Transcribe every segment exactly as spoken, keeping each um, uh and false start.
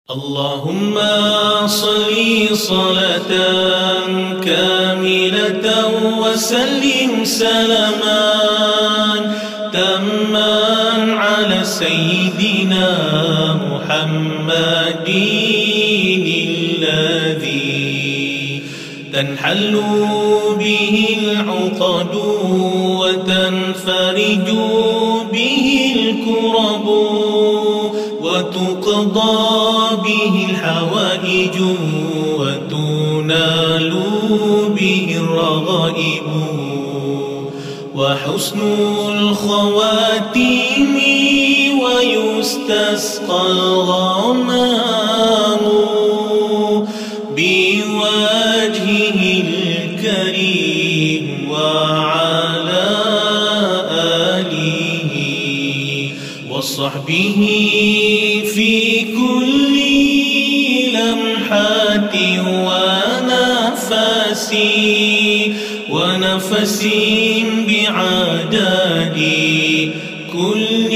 اللهم صل صلاة كاملة وسلم سلاما تاما على سيدنا محمد الذي تنحل به العقد وتنفرج به الكرب وتقضى به الحوائج وتنال به الرغائب وحسن الخواتيم ويستسقى الغمام بوجهه الكريم وعلى آله وصحبه في كل لمحة ونفس ونفس بعدد كل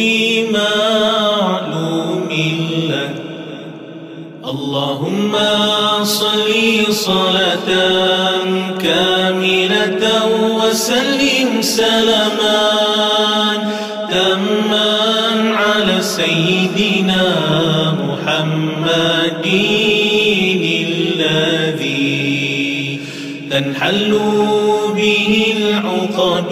معلوم لك. اللهم صل صلاة كاملة وسلم سلاما تاما على سيدنا محمد الذي تنحل به العقد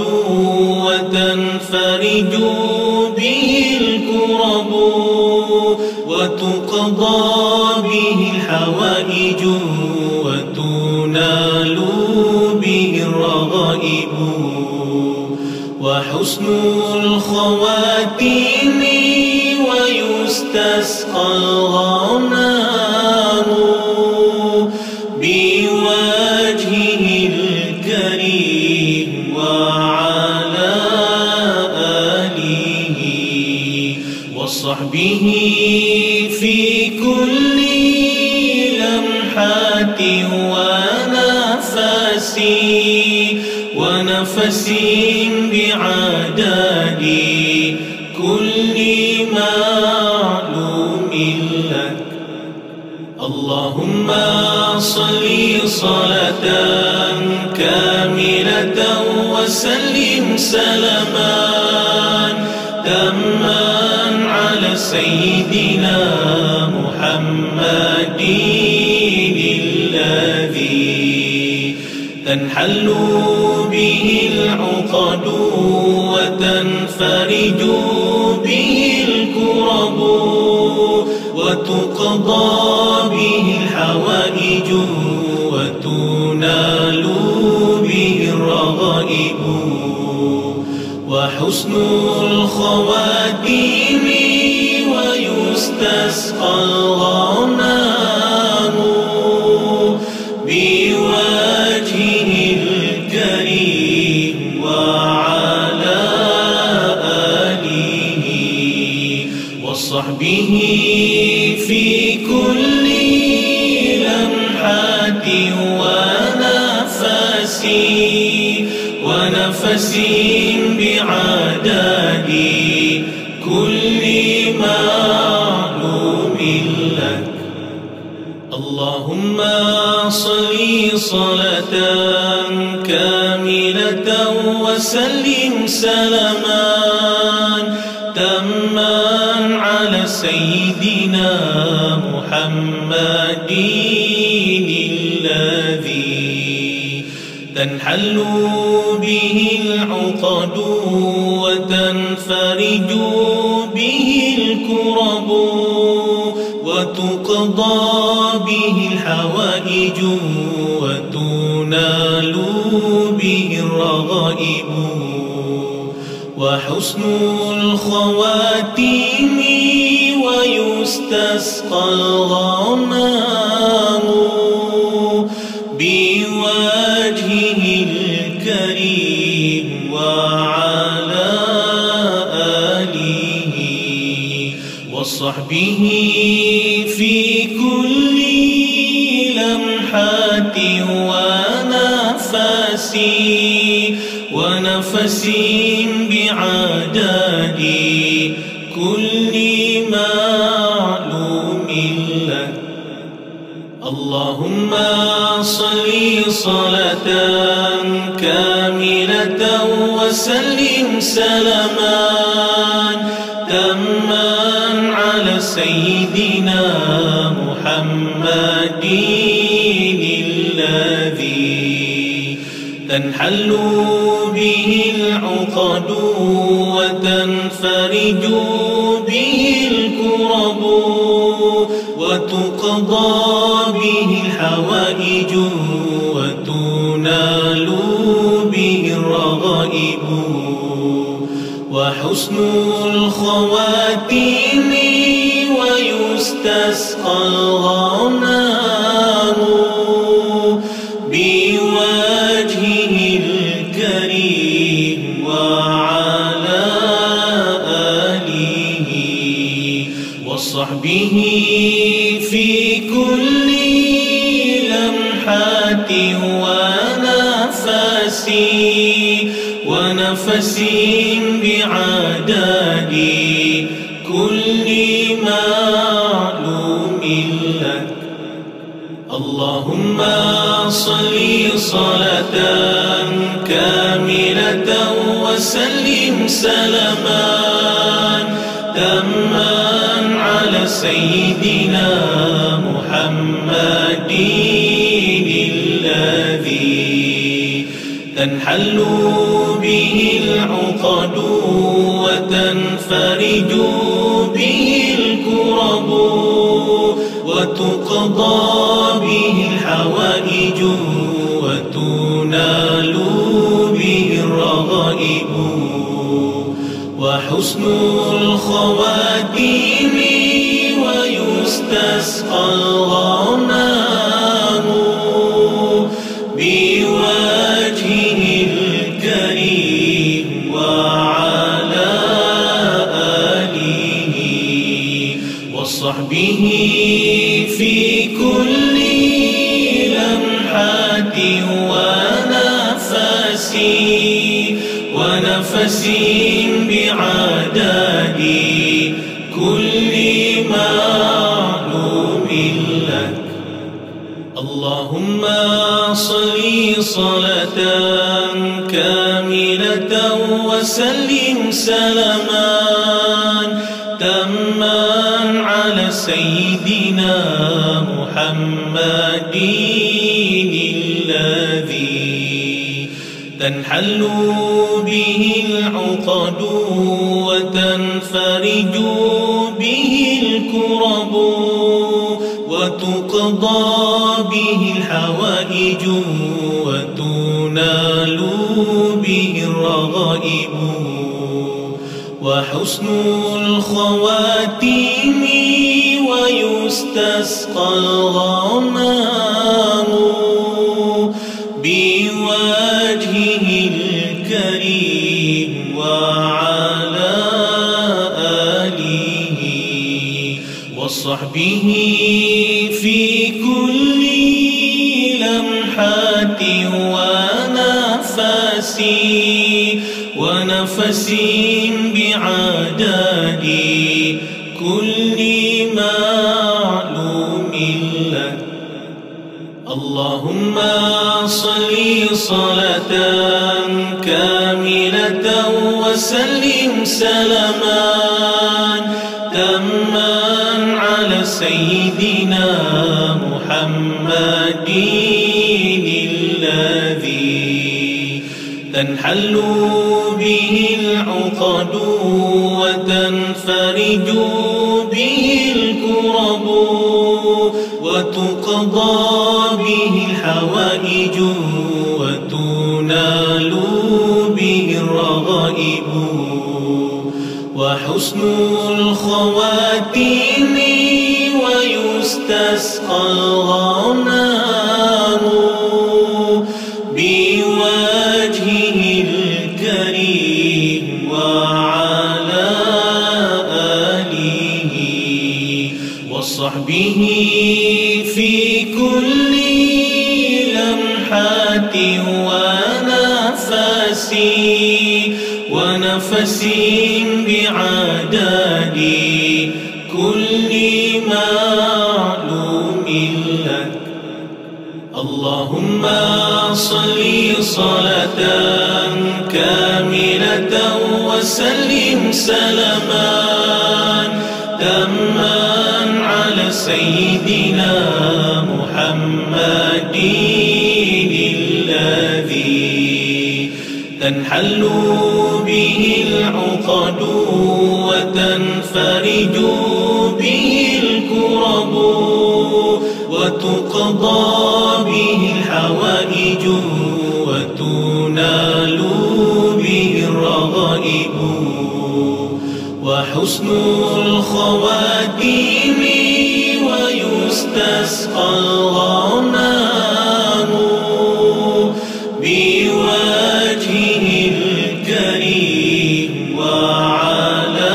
وتنفرج به الكرب وتقضى به الحوائج وتنال به الرغائب وحسن الخواتيم ويستسقى الغمام بوجهه الكريم وعلى آله وصحبه في كل لمحة ونفس ونفس بعدد كل معلوم لك. اللهم صل صلاة كاملة وسلم سلاما تاما على سيدنا محمد الذي تنحل به العقد وتنفرج به الكرب وتقضى به الحوائج وتنال به الرغائب وحسن الخواتيم ويستسقى الغمام بوجهه الكريم وعلى آله وصحبه في كل لمحة ونفس ونفس بعدد كل معلوم لك. اللهم صل صلاة كاملة وسلم سلاما تاما على سيدنا محمد الذي تنحل به العقد وتنفرج به الكرب وتقضى به الحوائج وتنال به الرغائب وحسن الخواتيم ويستسقى الغمام بوجهه الكريم وعلى آله وصحبه في كل لمحة ونفس ونفس بعدد كل معلوم لك. اللهم صل صلاة كاملة وسلم سلاما تاما على سيدنا محمد الذي تنحل به العقد وتنفرج به الكرب وتقضى به الحوائج وتنال به الرغائب وحسن الخواتيم ويستسقى الغمام بوجهه الكريم وعلى آله وصحبه في كل لمحة ونفس ونفس بعدد كل معلوم لك. اللهم صل صلاة كاملة وسلم سلاما تاما على سيدنا محمد الذي تنحل به العقد وتنفرج به الكرب وتقضى به الحوائج وتنال به الرغائب وحسن الخواتيم ويستسقى الغمام بوجهه الكريم وعلى آله وصحبه في كل لمحة ونفس ونفس بعدد كل معلوم لك. اللهم صل صلاة كاملة وسلم سلاما تاما على سيدنا محمد الذي تنحل به العقد وتنفرج به الكرب وتقضى به الحوائج وتنال به الرغائب وحسن الخواتيم ويستسقى الغمام بوجهه الكريم وعلى آله وصحبه في كل لمحة ونفس ونفس بعدد كل معلوم لك. اللهم صل صلاة كاملة وسلم سلاما تاما على سيدنا محمد الذي تنحل به العقد وتنفرج به الكرب وتقضى به الحوائج وتنال به الرغائب وحسن الخواتيم ويستسقى الغمام بوجهه الكريم وعلى آله وصحبه في كل لمحة ونفس ونفس بعدد كل معلوم لك. اللهم صل صلاة كاملة وسلم سلاما تاما على سيدنا محمد الذي تنحل به العقد وتنفرج به الكرب وتقضى به الحوائج وتنال به الرغائب وحسن الخواتيم ويستسقى الغمام بوجهه الكريم وعلى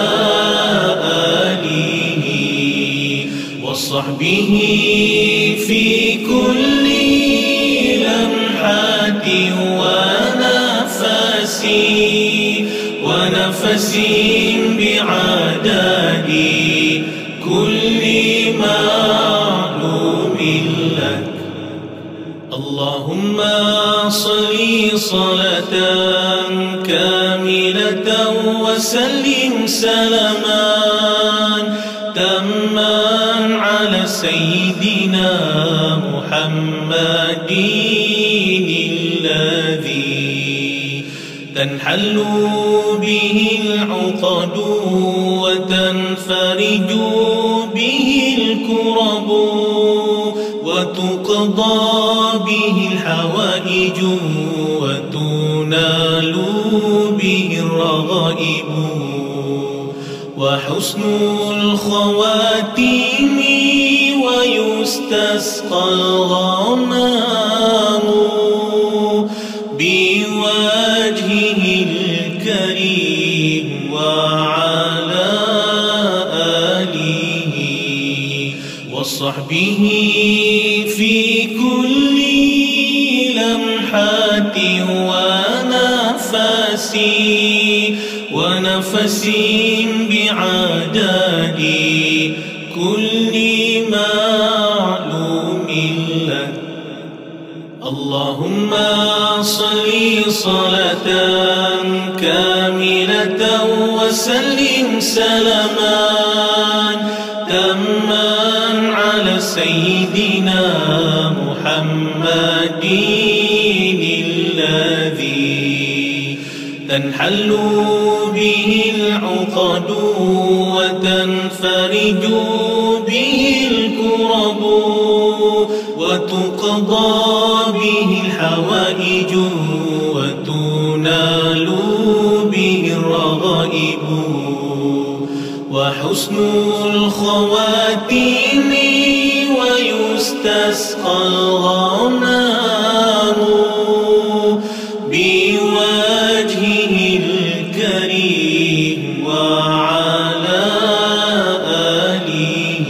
آله وصحبه في كل لمحة ونفس ونفس بعدد كل معلوم لك. اللهم صل صلاة كاملة وسلم سلاما تاما على سيدنا محمد الذي تنحل به العقد وتنفرج به الكرب وتقضى به الحوائج وتنال به الرغائب وحسن الخواتيم ويستسقى الغمام بوجهه الكريم وعلى آله وصحبه في كل لمحة ونفس ونفس بعدد كل معلوم لك. اللهم صل صلاة كاملة وسلم سلاما تاما على سيدنا محمد الذي تنحل به العقد وتنفرج به الكرب وتقضى به الحوائج وتنال به الرغائب وحسن الخواتيم ويستسقى الغمام بوجهه الكريم وعلى آله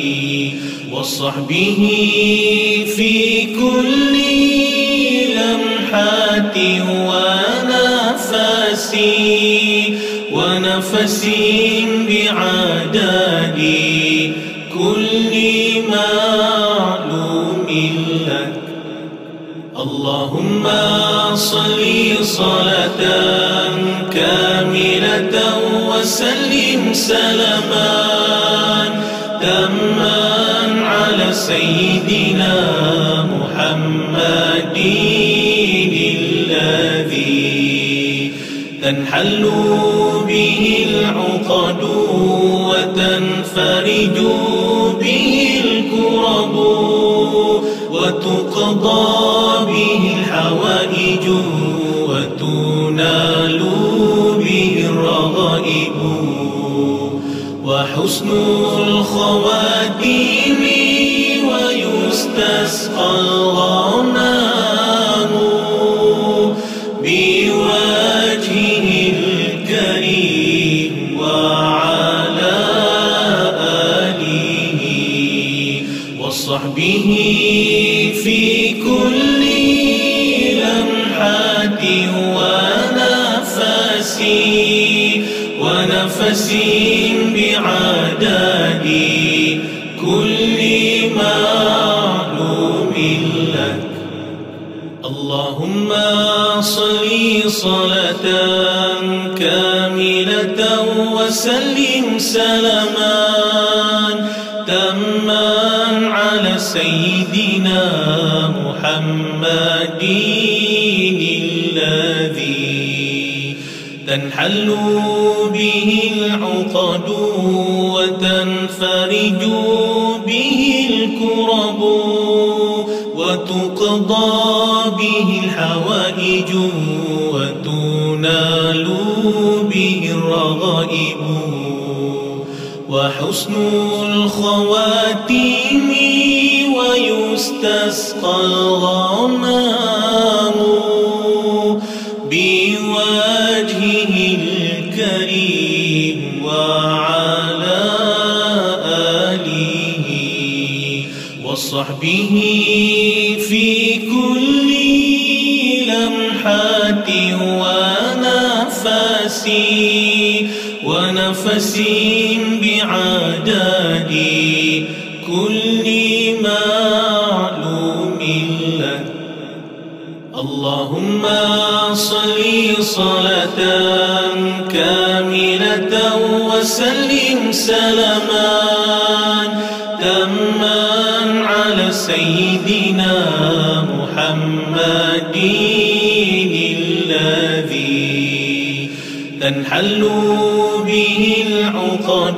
وصحبه في كل لمحة ونفس ونفس بعدد كل معلوم لك. اللهم صل صلاة كاملة وسلم سلاما تاما على سيدنا محمد الذي تنحل به العقد وتنفرج به الكرب وتقضى به الحوائج وتنال به الرغائب وحسن الخواتيم ويستسقى الغمام بوجهه الكريم وعلى آله وصحبه في كل لمحة ونفس ونفس بعدد كل معلوم لك. اللهم صل صلاة كاملة وسلم سلاما تاما على سيدنا محمد الذي تنحل به العقد وتنفرج به الكرب وتقضى به الحوائج وتنال به الرغائب وحسن الخواتيم ويستسقى الغمام بوجهه الكريم وعلى آله وصحبه في كل لمحة ونفس ونفس بعدد كل معلوم لك. اللهم صل صلاة كاملة وسلم سلاما تاما على سيدنا محمد الذي تنحل به العقد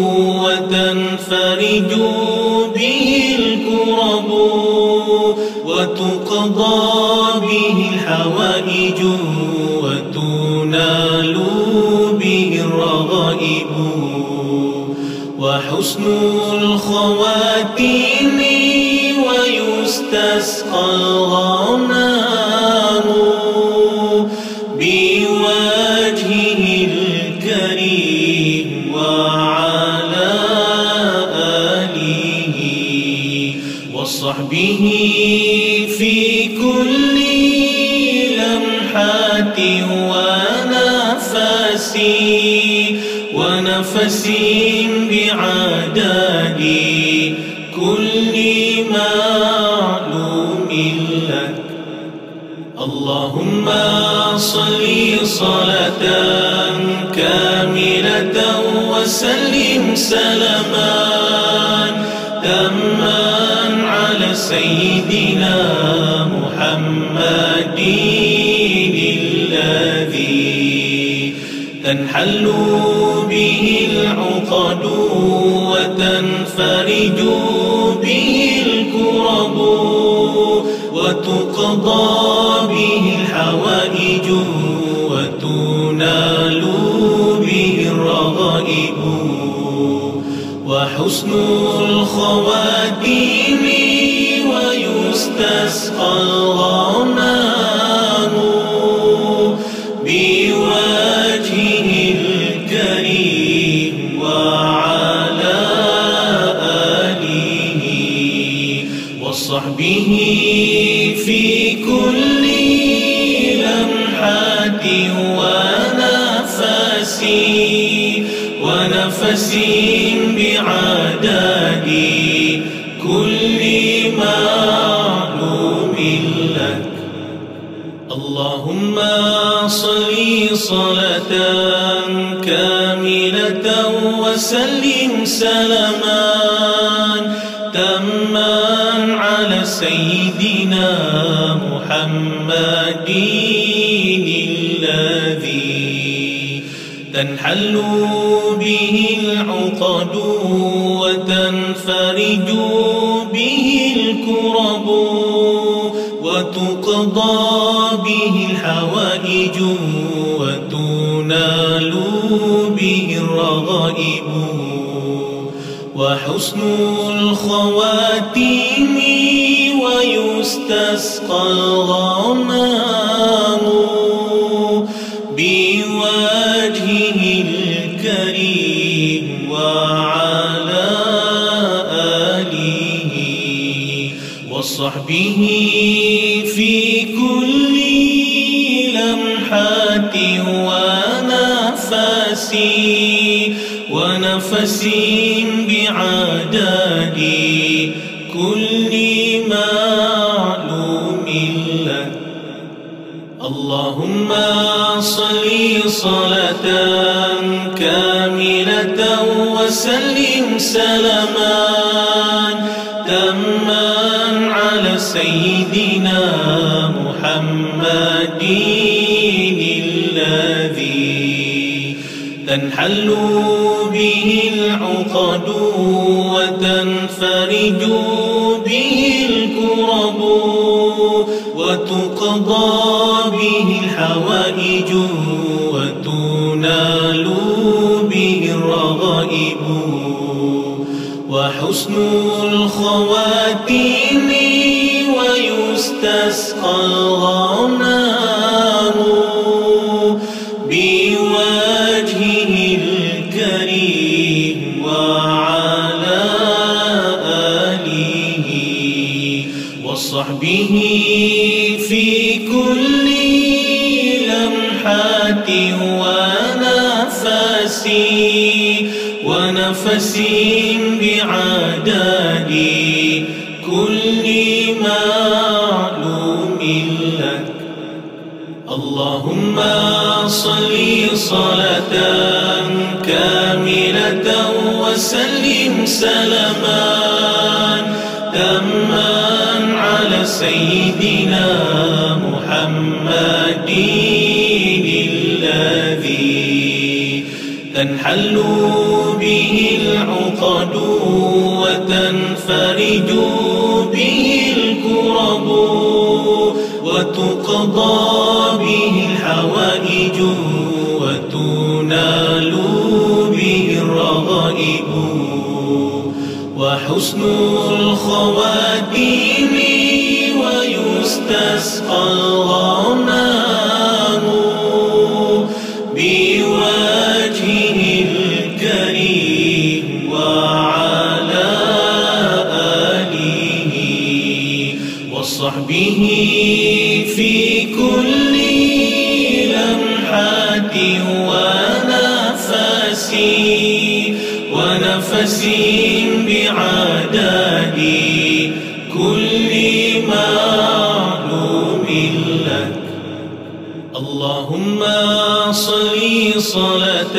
وتنفرج به الكرب وتقضى به الحوائج وتنال به الرغائب وحسن الخواتيم ويستسقى الغمام بوجهه الكريم وعلى آله وصحبه في كل لمحة ونفس ونفس بعدد كل معلوم لك. اللهم صل صلاة كاملة وسلم سلاما تاما على سيدنا محمد الذي تنحل به العقد وتنفرج به الكرب وتقضى به الحوائج وتنال به الرغائب وحسن الخواتيم ويستسقى الغمام بوجهه الكريم وعلى آله وصحبه في كل لمحة ونفس ونفس بعدد كل معلوم لك. اللهم صل صلاة كاملة وسلم سلاما تاما على سيدنا محمد الذي تنحل به العقد وتنفرج به الكرب وتقضى به الحوائج وتنال به الرغائب وحسن الخواتيم ويستسقى الغمام بوجهه الكريم وعلى آله وصحبه في كل لمحة ونفس ونفس بعدد كل معلوم لك. اللهم صل صلاة كاملة وسلم سلاما تاما على سيدنا محمد الذي تنحل به العقد وتنفرج به الكرب وتقضى به الحوائج وتنال به الرغائب وحسن الخواتيم ويستسقى الغمام بوجهه الكريم وعلى آله وصحبه في كل لمحة ونفس ونفس بعدد كل معلوم لك. اللهم صل صلاة كاملة وسلم سلاما تاما على سيدنا محمد الذي تنحل به العقد وتنفرج به الكرب وتقضى به الحوائج وتنال به الرغائب وحسن الخواتيم ويستسقى الغمام بوجهه الكريم وعلى آله وصحبه في كل لمحة ونفس ونفس بعدد كل معلوم لك. اللهم صل صلاة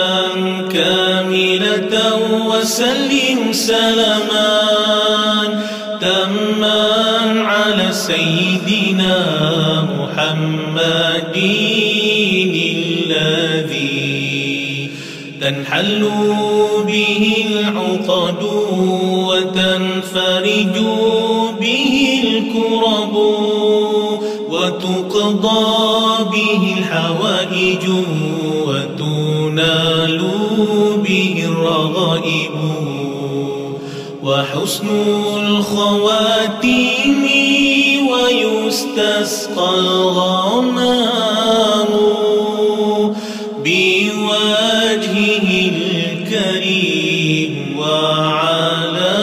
كاملة وسلم سلاما تاما على سيدنا محمد الذي تنحل به العقد وتنفرج به الكرب وتقضى به الحوائج وتنال به الرغائب وحسن الخواتيم ويستسقى الغمام بوجهه الكريم وعلى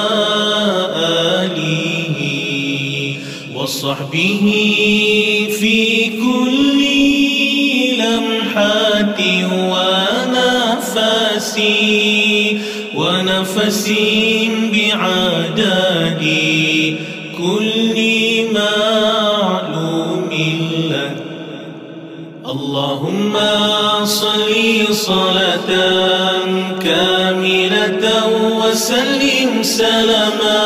آله وصحبه في كل لمحة ونفس ونفس بعدد كل معلوم لك. اللهم صل صلاة كاملة وسلم سلاما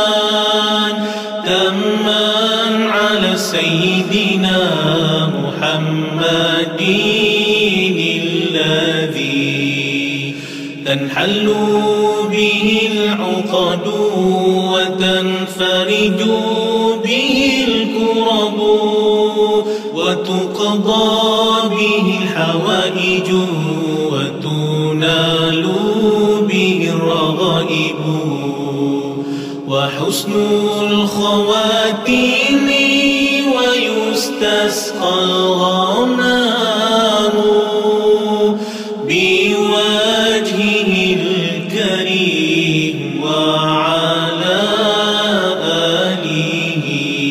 تاما على سيدنا محمد الذي تنحل به العقد وتنفرج به الكرب وتقضى به الحوائج وتنال به الرغائب وحسن الخواتيم ويستسقى الغمام بوجهه الكريم وعلى آله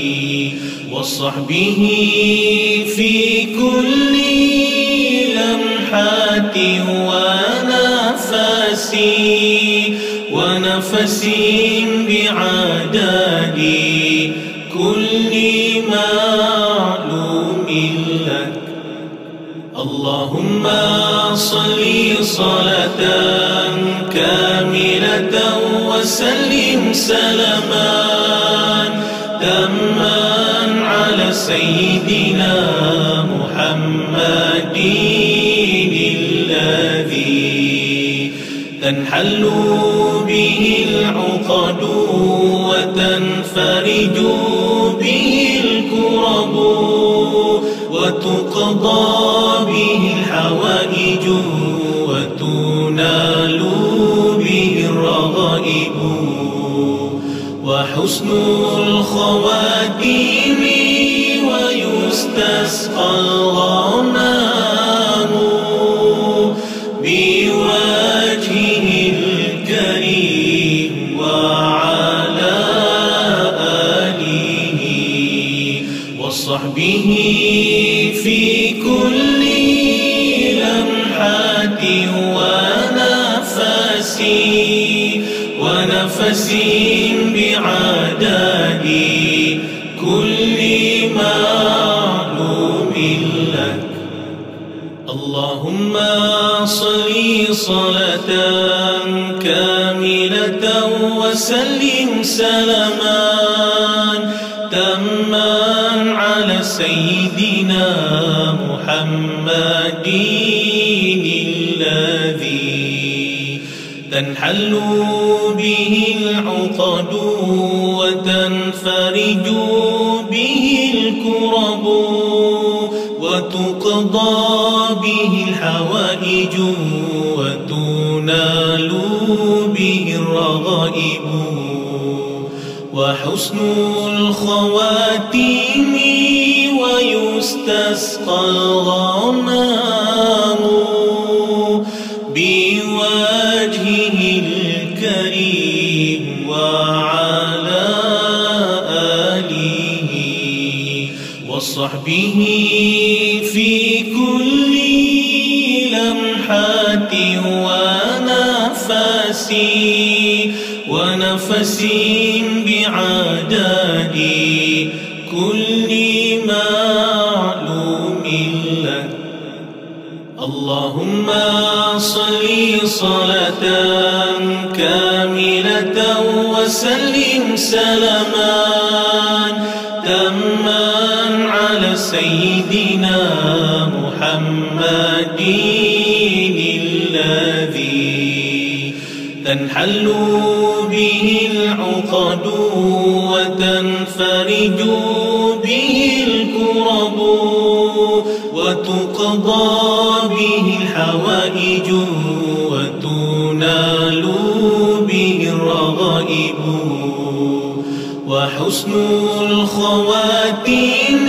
وصحبه في كل لمحة ونفس ونفس بعدد كل معلوم لك. اللهم صل صلاة كاملة وسلم سلاما تاما على سيدنا محمد الذي تنحل به العقد وتنفرج به الكرب وتقضى به الحوائج وتنال به الرغائب وحسن الخواتيم ويستسقى الغمام بوجهه الكريم وعلى آله وصحبه في كل لمحة ونفس ونفس بعدد كل معلوم لك. اللهم صل صلاة كاملة وسلم سلاما تاما على سيدنا محمد الذي تنحل به العقد وتنفرج به الكرب وتقضى به الحوائج وتنال به الرغائب وحسن الخواتيم ويستسقى الغمام بوجهه الكريم وعلى آله وصحبه في كل لمحة ونفس ونفس بعدد كل معلوم لك. اللهم صل صلاة كاملة وسلم سلاما تاما على سيدنا محمد الذي تنحل به العقد وتنفرج به الكرب وتقضى به الحوائج وتنال به الرغائب وحسن الخواتيم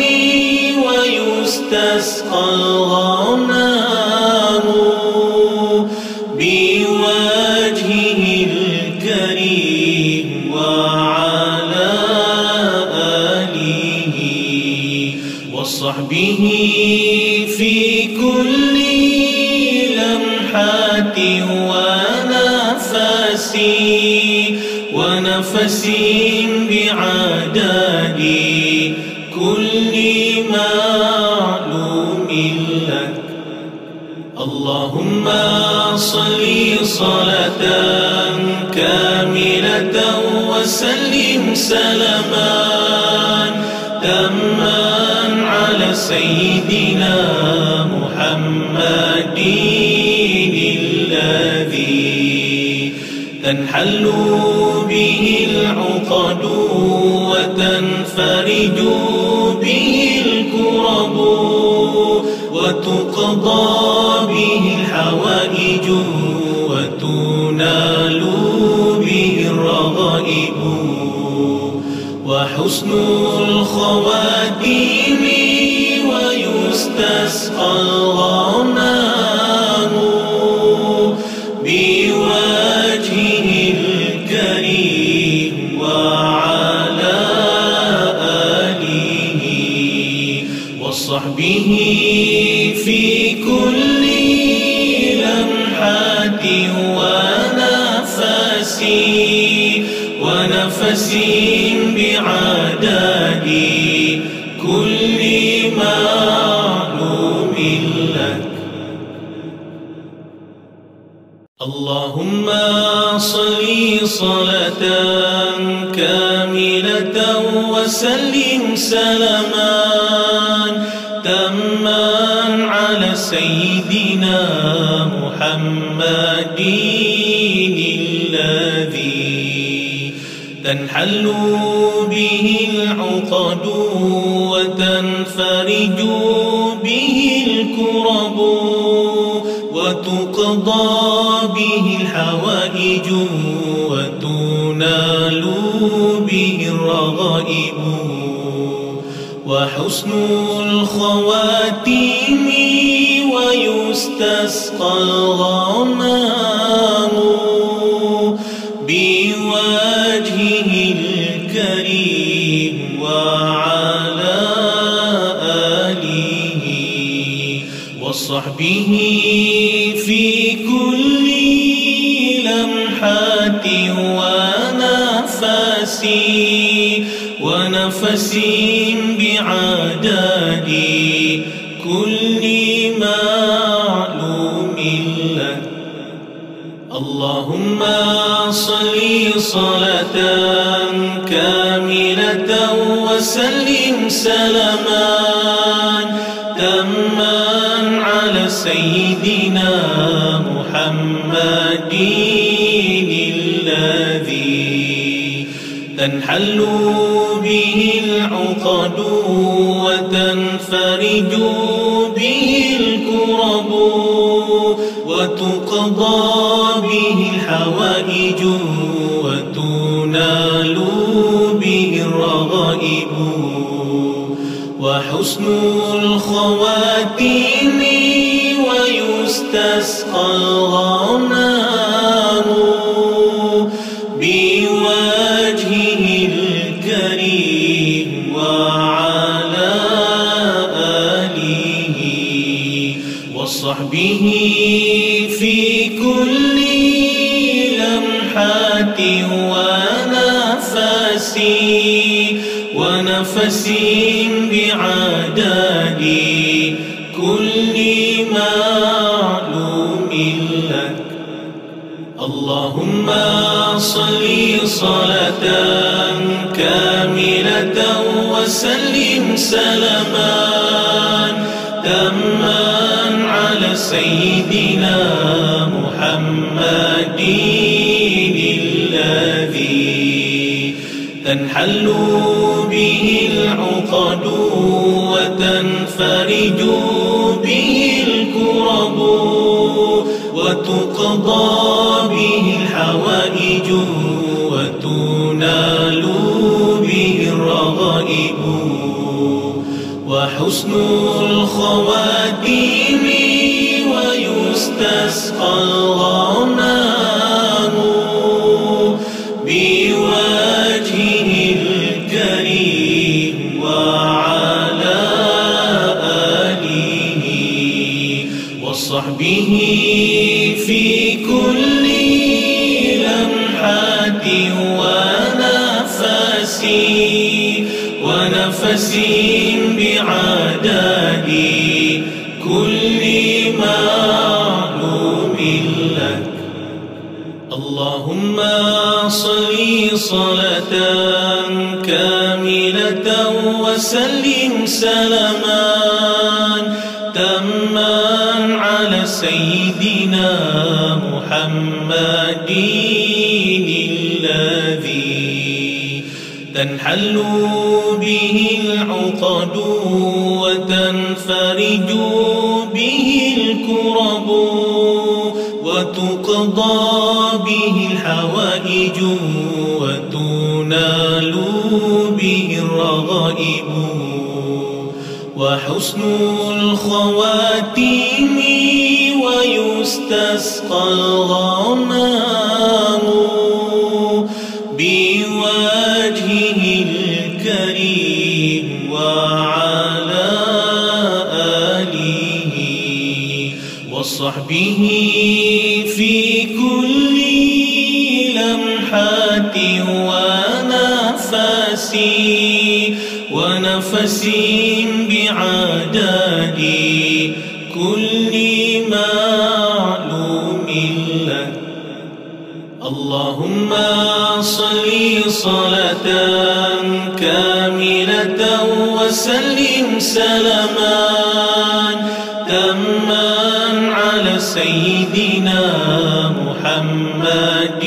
ويستسقى الغمام بوجهه الكريم وعلى آله وصحبه في كل لمحة ونفس ونفس بعدد كل معلوم لك. اللهم صل صلاة كاملة وسلم سلاما تاما على سيدنا محمد الذي تنحل به العقد وتنفرج به الكرب وتقضى به الحوائج وتنال به الرغائب وحسن الخواتيم ويستسقى الغمام بوجهه الكريم وعلى آله وصحبه في كل لمحة ونفس ونفس بعدد كل معلوم لك. اللهم صل صلاة كاملة وسلم سلاما تاما على سيدنا محمد الذي تنحل به العقد وتنفرج به الكرب وتقضى به الحوائج وتنال به الرغائب وحسن الخواتيم ويستسقى الغمام بوجهه الكريم وعلى آله وصحبه في كل لمحة ونفس ونفس بعدد كل معلوم لك. اللهم صل صلاة كاملة وسلم سلاما تاما على سيدنا محمد الذي تنحل به العقد وتنفرج به الكرب وتقضى به الحوائج وتنال به الرغائب وحسن الخواتيم ويستسقى الغمام بوجهه الكريم وعلى آله وصحبه في كل لمحة ونفس ونفس بعدد كل معلوم لك. اللهم صل صلاة كاملة وسلم سلاما تاما على سيدنا محمد الذي تنحل به العقد وتنفرج به الكرب وتقضى به الحوائج وتنال به الرغائب وحسن الخواتيم ويستسقى الغمام بوجهه الكريم وعلى آله وصحبه في كل لمحة ونفس ونفس بعدد كل معلوم لك. اللهم صل صلاة كاملة وسلم سلاما تاما على سيدنا محمد الذي تنحل به العقد وتنفرج به الكرب وتقضى به الحوائج وتنال به الرغائب وحسن الخواتيم ويستسقى الغمام بوجهه الكريم وعلى آله وصحبه في كل لمحة ونفس ونفس بعدد كل معلوم لك. اللهم صل صلاة كاملة وسلم سلاما تاما على سيدنا محمد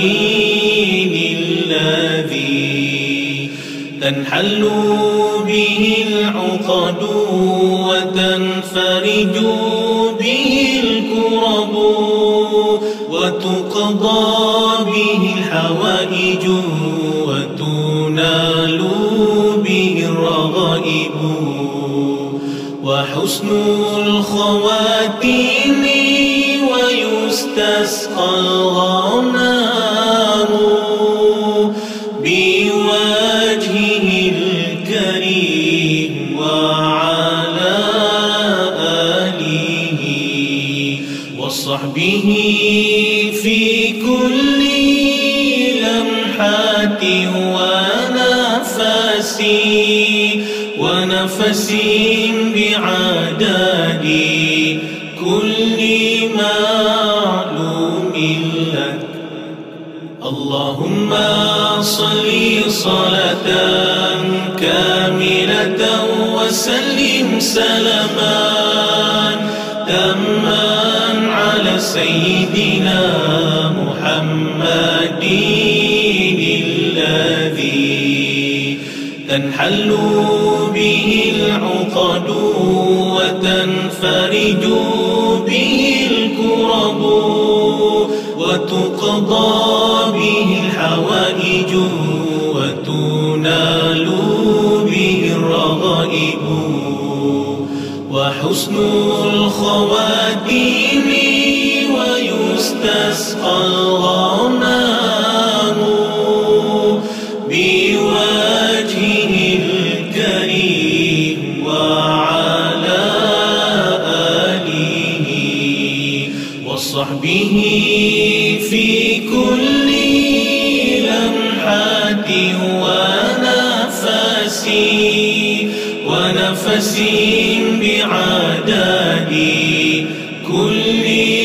الذي تنحل به العقد وتنفرج به الكرب وتقضى به الحوائج وتنال به الرغائب وحسن الخواتيم ويستسقى الغمام بوجهه الكريم وعلى آله وصحبه في كل لمحة ونفس ونفس بعدد كل معلوم لك. اللهم صل صلاة كاملة وسلم سلاما تاما على سيدنا محمد الذي تنحل به العقد وتنفرج به الكرب وتقضى به الحوائج وتنال به الرغائب وحسن الخواتيم ويستسقى الغمام بوجهه الكريم وعلى آله وصحبه في كل لمحة ونفس ونفس بعدد كل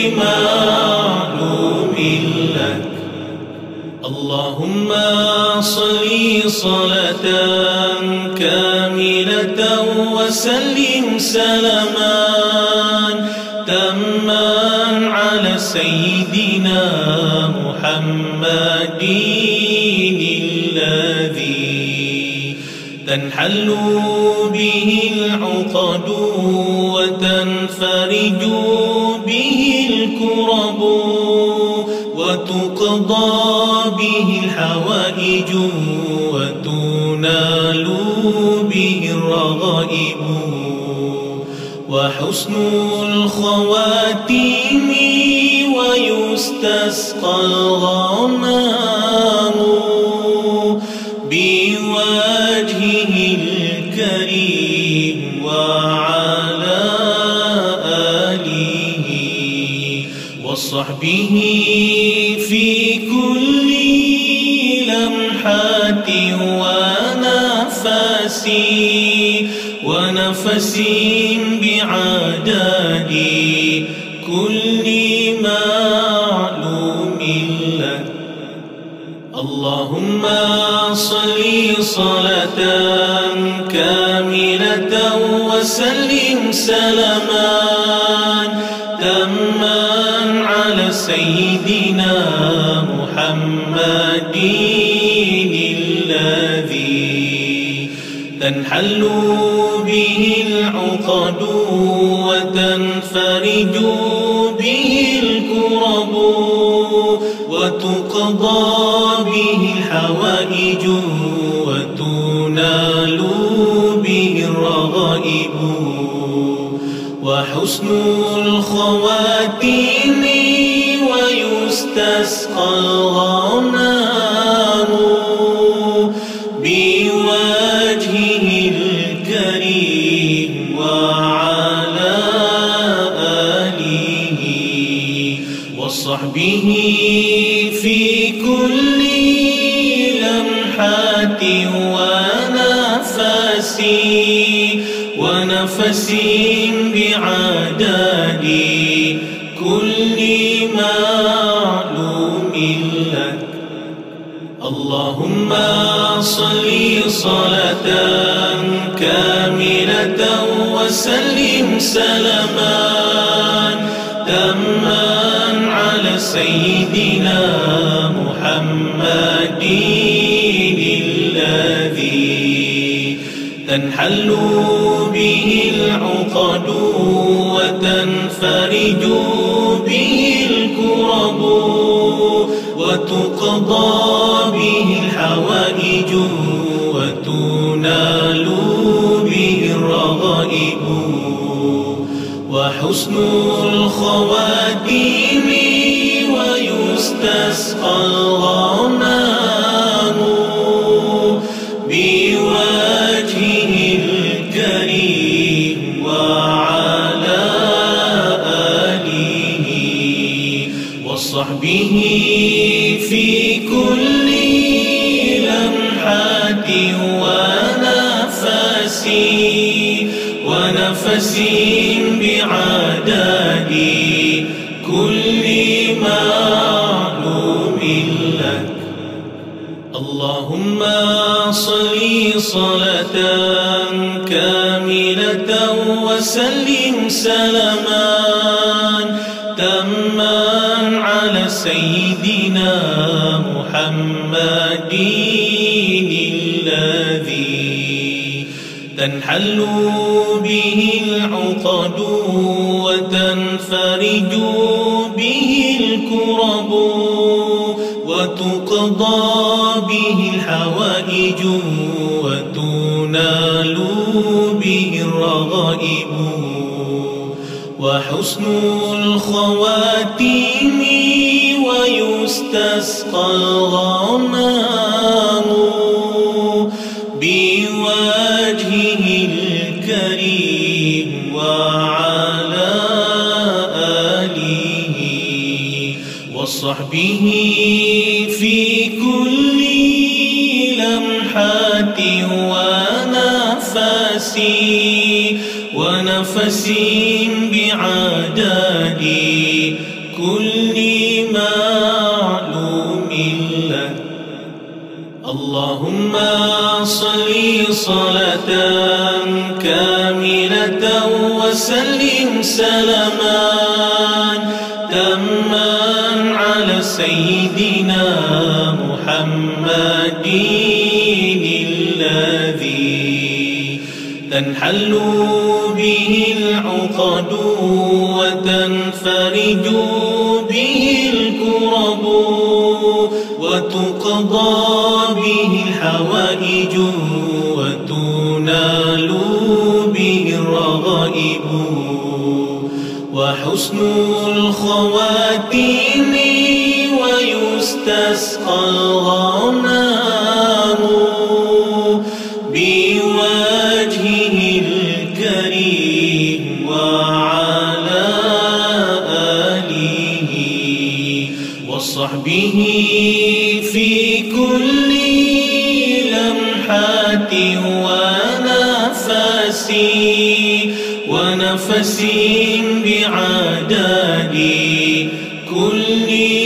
معلوم لك. اللهم صل صلاة كاملة وسلم سلاما تاما على سيدنا محمد الذي تنحل به العقد وتنفرج به الكرب وتقضى به الحوائج وتنال به الرغائب وحسن الخواتيم ويستسقى الغمام بوجهه الكريم وعلى آله وصحبه في كل لمحة ونفس ونفس بعدد كل معلوم لك. اللهم صل صلاة كاملة وسلم سلاما تاما على سيدنا محمد الذي تنحل به العقد وتنفرج به الكرب وتقضى به الحوائج وتنال به الرغائب وحسن الخواتيم ويستسقى الغمام بوجهه الكريم وعلى آله وصحبه في كل لمحة ونفس ونفس بعدد كل معلوم لك. صل صلاة كاملة وسلم سلاما تاما على سيدنا محمد الذي تنحل به العقد وتنفرج به الكرب وتقضى به الحوائج وتنال به الرغائب وحسن الخواتيم ويستسقى الغمام بوجهه الكريم وعلى آله وصحبه في كل لمحة ونفس ونفس بعدد كل معلوم لك. اللهم صل صلاة كاملة وسلم سلاما تاما على سيدنا محمد الذي تنحل به العقد وتنفرج به الكرب وتقضى به الحوائج وتنال به الرغائب وحسن الخواتيم ويستسقى الغمام بوجهه الكريم وعلى آله وصحبه في كل لمحة ونفس ونفس بعدد كل معلوم لك. اللهم صل صلاة كاملة وسلم سلاما تاما على سيدنا محمد الذي تنحل به العقد وتنفرج به الكرب وتقضى به الحوائج وتنال به الرغائب وحسن الخواتيم ويستسقى الغمام بوجهه الكريم وعلى آله وصحبه في كل لمحة ونفس ونفس بعدد كل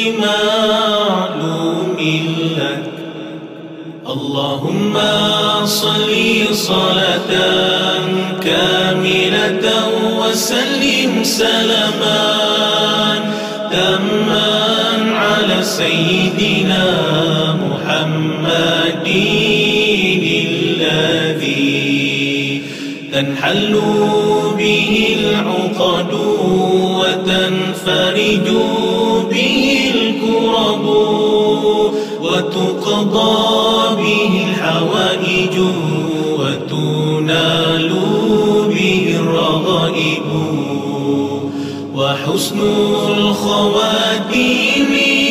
معلوم لك. اللهم صل صلاة كاملة وسلم سلاما تاما على سيدنا محمد الذي تنحل به العقد وتنفرج به الكرب وتقضى به الحوائج وتنال به الرغائب وحسن الخواتيم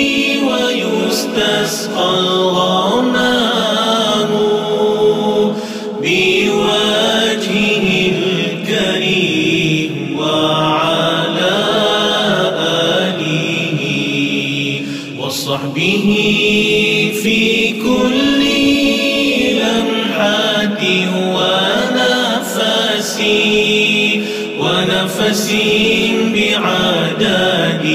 ويستسقى الغمام بوجهه الكريم وعلى آله وصحبه في كل لمحة ونفس ونفس بعدد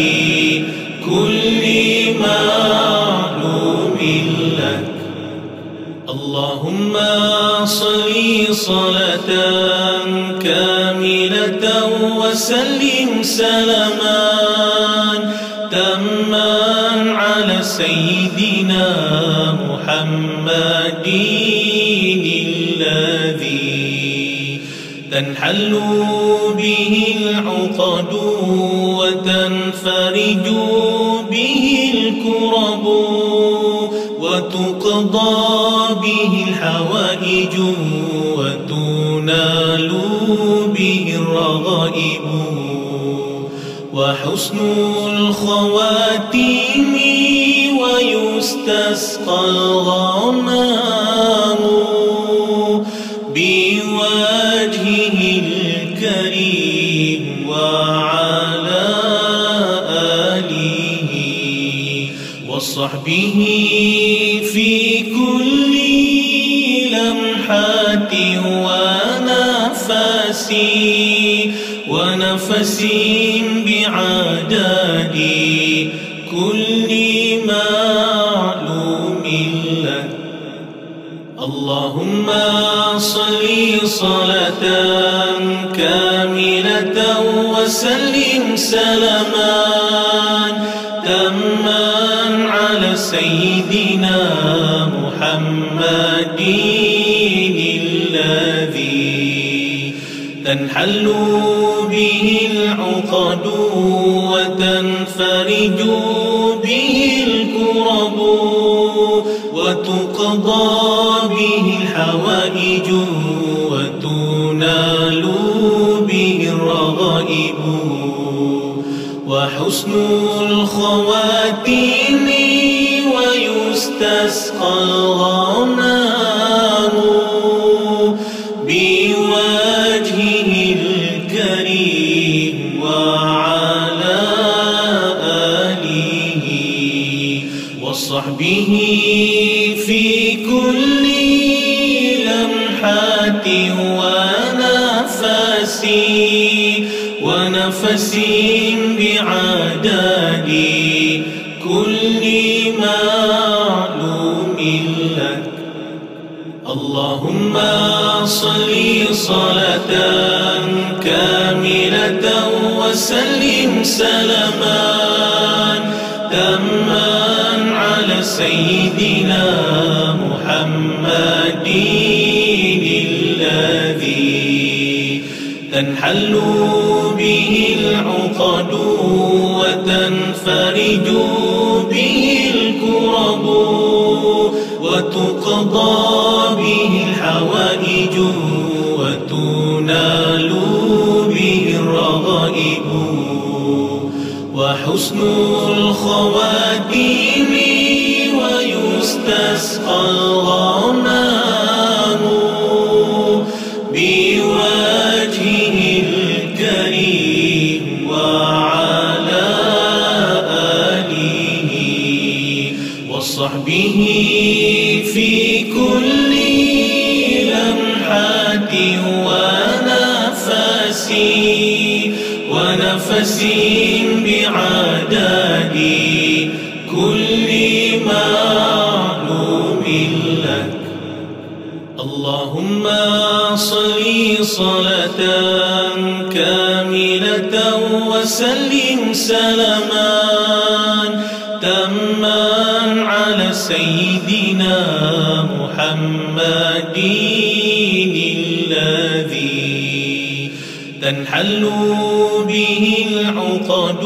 كل معلوم لك. اللهم صل صلاة كاملة وسلم سلاما تاما على سيدنا محمد الذي تنحل به العقد وتنفرج به الكرب وتقضى به الحوائج وتنال به الرغائب وحسن الخواتيم ويستسقى الغمام بوجهه الكريم وعلى آله وصحبه في كل لمحة ونفس ونفس بعدد كل معلوم لك. اللهم صل صلاة كاملة وسلم سلاما تاما على سيدنا محمد الذي تنحل به العقد وتنفرج به الكرب وتقضى به الحوائج وتنال به الرغائب وحسن الخواتيم ويستسقى الغمام بوجهه الكريم وعلى آله وصحبه في كل لمحة ونفس ونفس بعدد كل معلوم لك. اللهم صل صلاة كاملة وسلم سلاما تاما على سيدنا محمد الذي تنحل به العقد وتنفرج به الكرب وتقضى به الحوائج وتنال به الرغائب وحسن الخواتيم ويستسقى الغمام بوجهه الكريم وعلى آله وصحبه في كل لمحة ونفس ونفس بعدد كل معلوم لك. اللهم صل صلاة كاملة وسلم سلاما تاما على سيدنا محمد الذي تنحل به العقد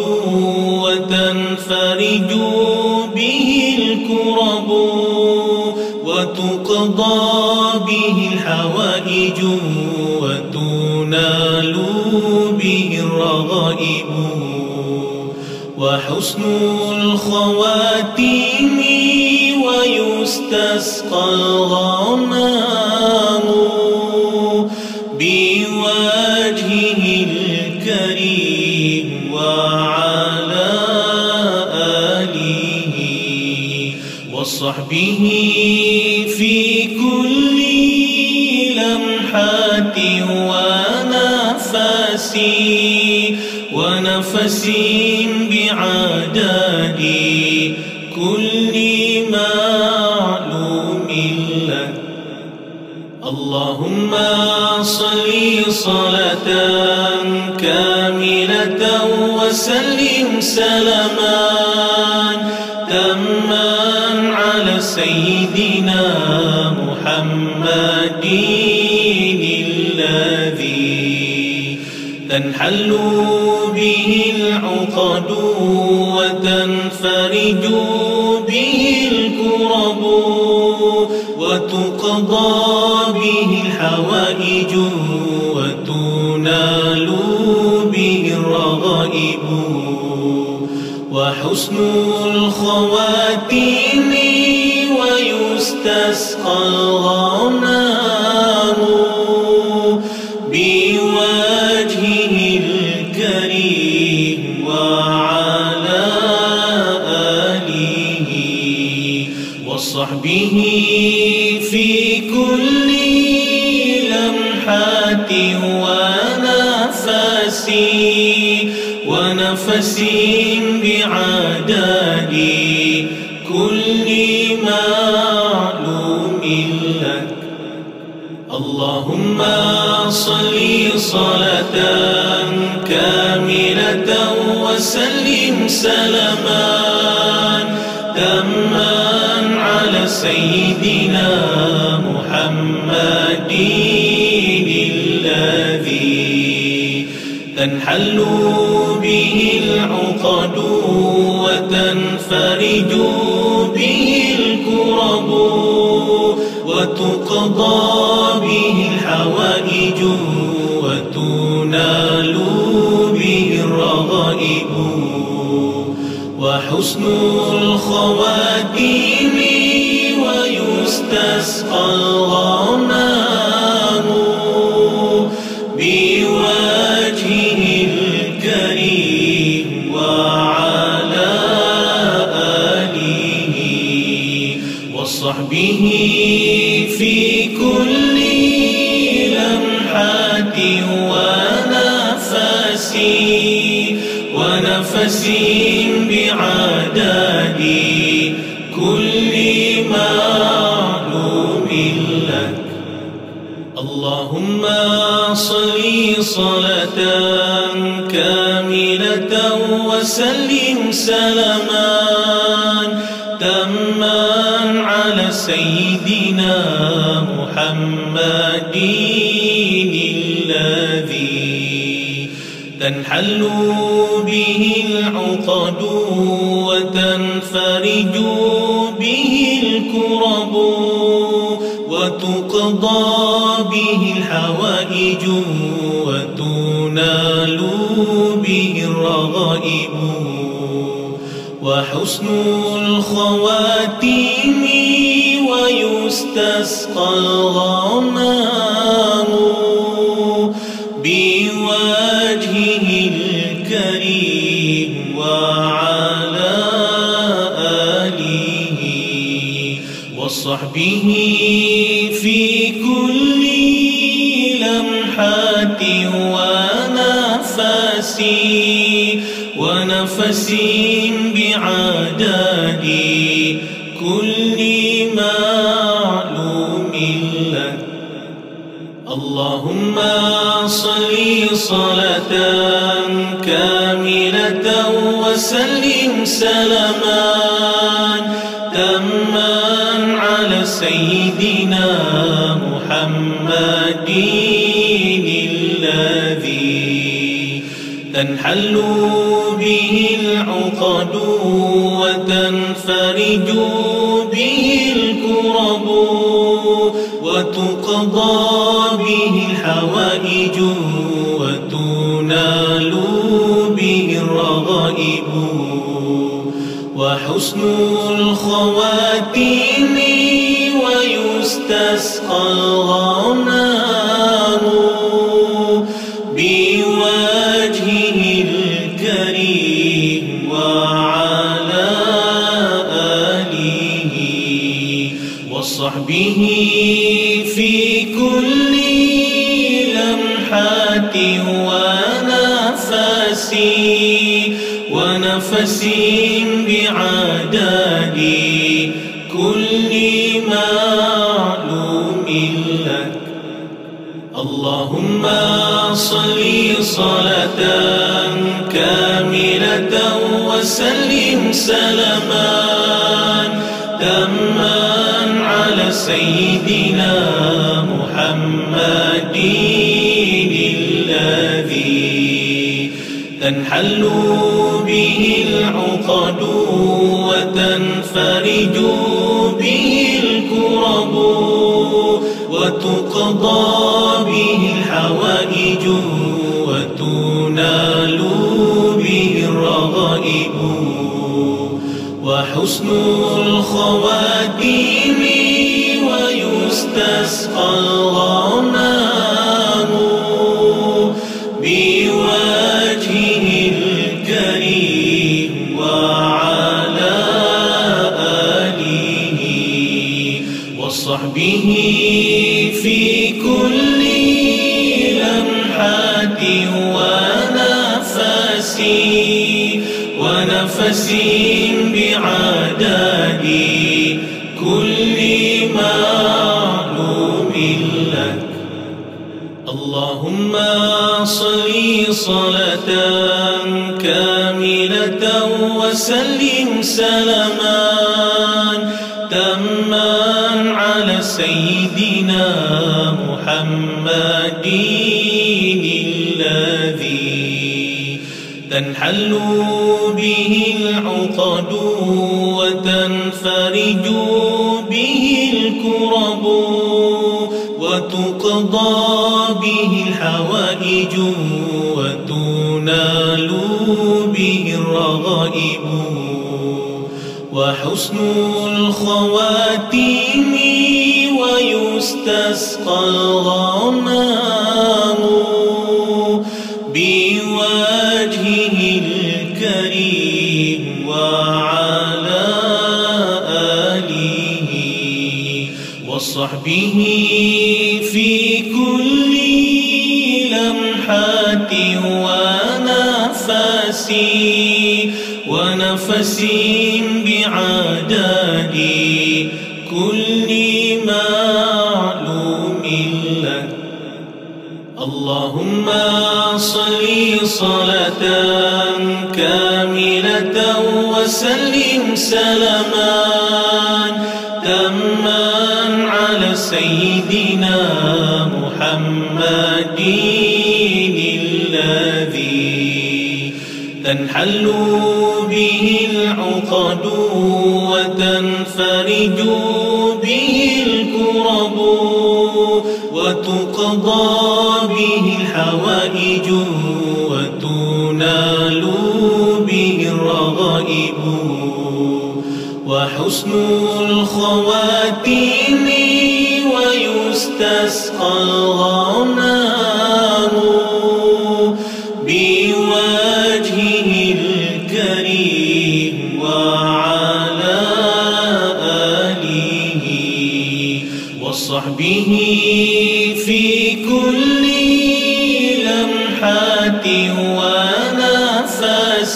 وتنفرج به الكرب وتقضى به الحوائج وتنال به الرغائب وحسن الخواتيم ويستسقى الغمام بوجهه الكريم وعلى آله وصحبه في كل لمحة ونفس ونفس بعدد كل معلوم لك. اللهم صل صلاة كاملة وسلم سلاما تاما على سيدنا محمد الذي تنحل به العقد وتنفرج به الكرب وتقضى به الحوائج وتنال به الرغائب وحسن الخواتيم ويستسقى الغمام بوجهه الكريم وعلى آله وصحبه في كل لمحة ونفس ونفس بعدد كل معلوم لك. اللهم صل صلاة كاملة وسلم سلاما تاما على سيدنا محمد الذي تنحل به العقد وتنفرج به الكرب وتقضى به الحوائج وتنال به الرغائب وحسن الخواتيم ويستسقى الغمام بوجهه الكريم وعلى آله وصحبه في كل لمحة ونفس ونفس بعدد كل معلوم لك. اللهم صل صلاة كاملة وسلم سلاما تاما على سيدنا محمد الذي تنحل به العقد وتنفرج به الكرب وتقضى به الحوائج وتنال به الرغائب وحسن الخواتيم ويستسقى الغمام بوجهه الكريم وعلى آله وصحبه في كل لمحة ونفس ونفس بعدد كل معلوم لك. اللهم صل صلاة كاملة وسلم سلاما تاما على سيدنا محمد الذي تنحل به العقد وتنفرج به الكرب وتقضى به الحوائج وتنال به الرغائب وحسن الخواتيم ويستسقى الغمام بوجهه الكريم وعلى آله وصحبه في كل لمحة ونفس ونفس بعدد كل معلوم لك. اللهم صل صلاة كاملة وسلم سلاما تاما على سيدنا محمد الذي تنحل به العقد وتنفرج به الكرب وتقضى به الحوائج وتنال به الرغائب وحسن الخواتيم ويستسقى الغمام بوجهه الكريم وعلى آله وصحبه في كل لمحة ونفس ونفس بعدد كل معلوم لك. اللهم صل صلاة كاملة وسلم سلاما تاما على سيدنا محمد الذي تنحل به العقد وتنفرج به الكرب وتقضى به الحوائج وتنال به الرغائب وحسن الخواتيم ويستسقى الغمام بوجهه الكريم وعلى آله وصحبه في كل لمحة ونفس ونفس بعدد كل معلوم لك. اللهم صل صلاة كاملة وسلم سلاما تاما على سيدنا محمد الذي تنحل به العقد وتنفرج به الكرب وتقضى به الحوائج وتنال به الرغائب وحسن الخواتيم ويستسقى الغمام بوجهه الكريم وعلى آله وصحبه في كل لمحة ونفس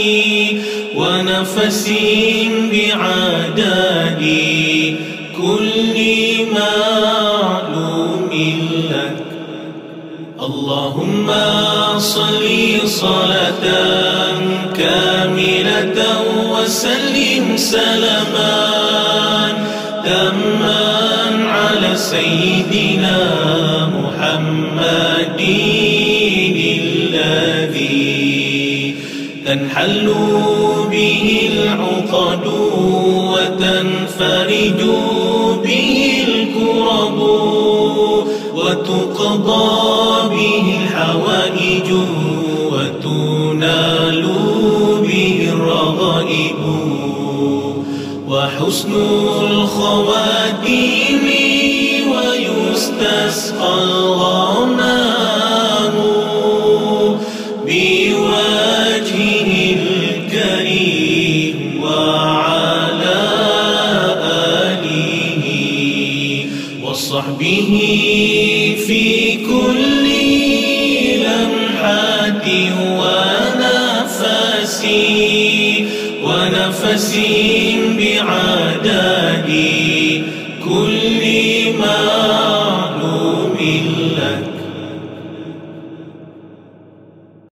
ونفس بعدد كل معلوم لك. اللهم صل صلاة كاملة وسلم سلاما تاما على سيدنا محمد الذي تنحل به العقد وتنفرج به الكرب وتقضى به الحوائج وتنال به الرغائب وحسن الخواتيم ويستسقى الغمام بوجهه الكريم وعلى آله وصحبه في كل لمحة ونفس ونفس بعاد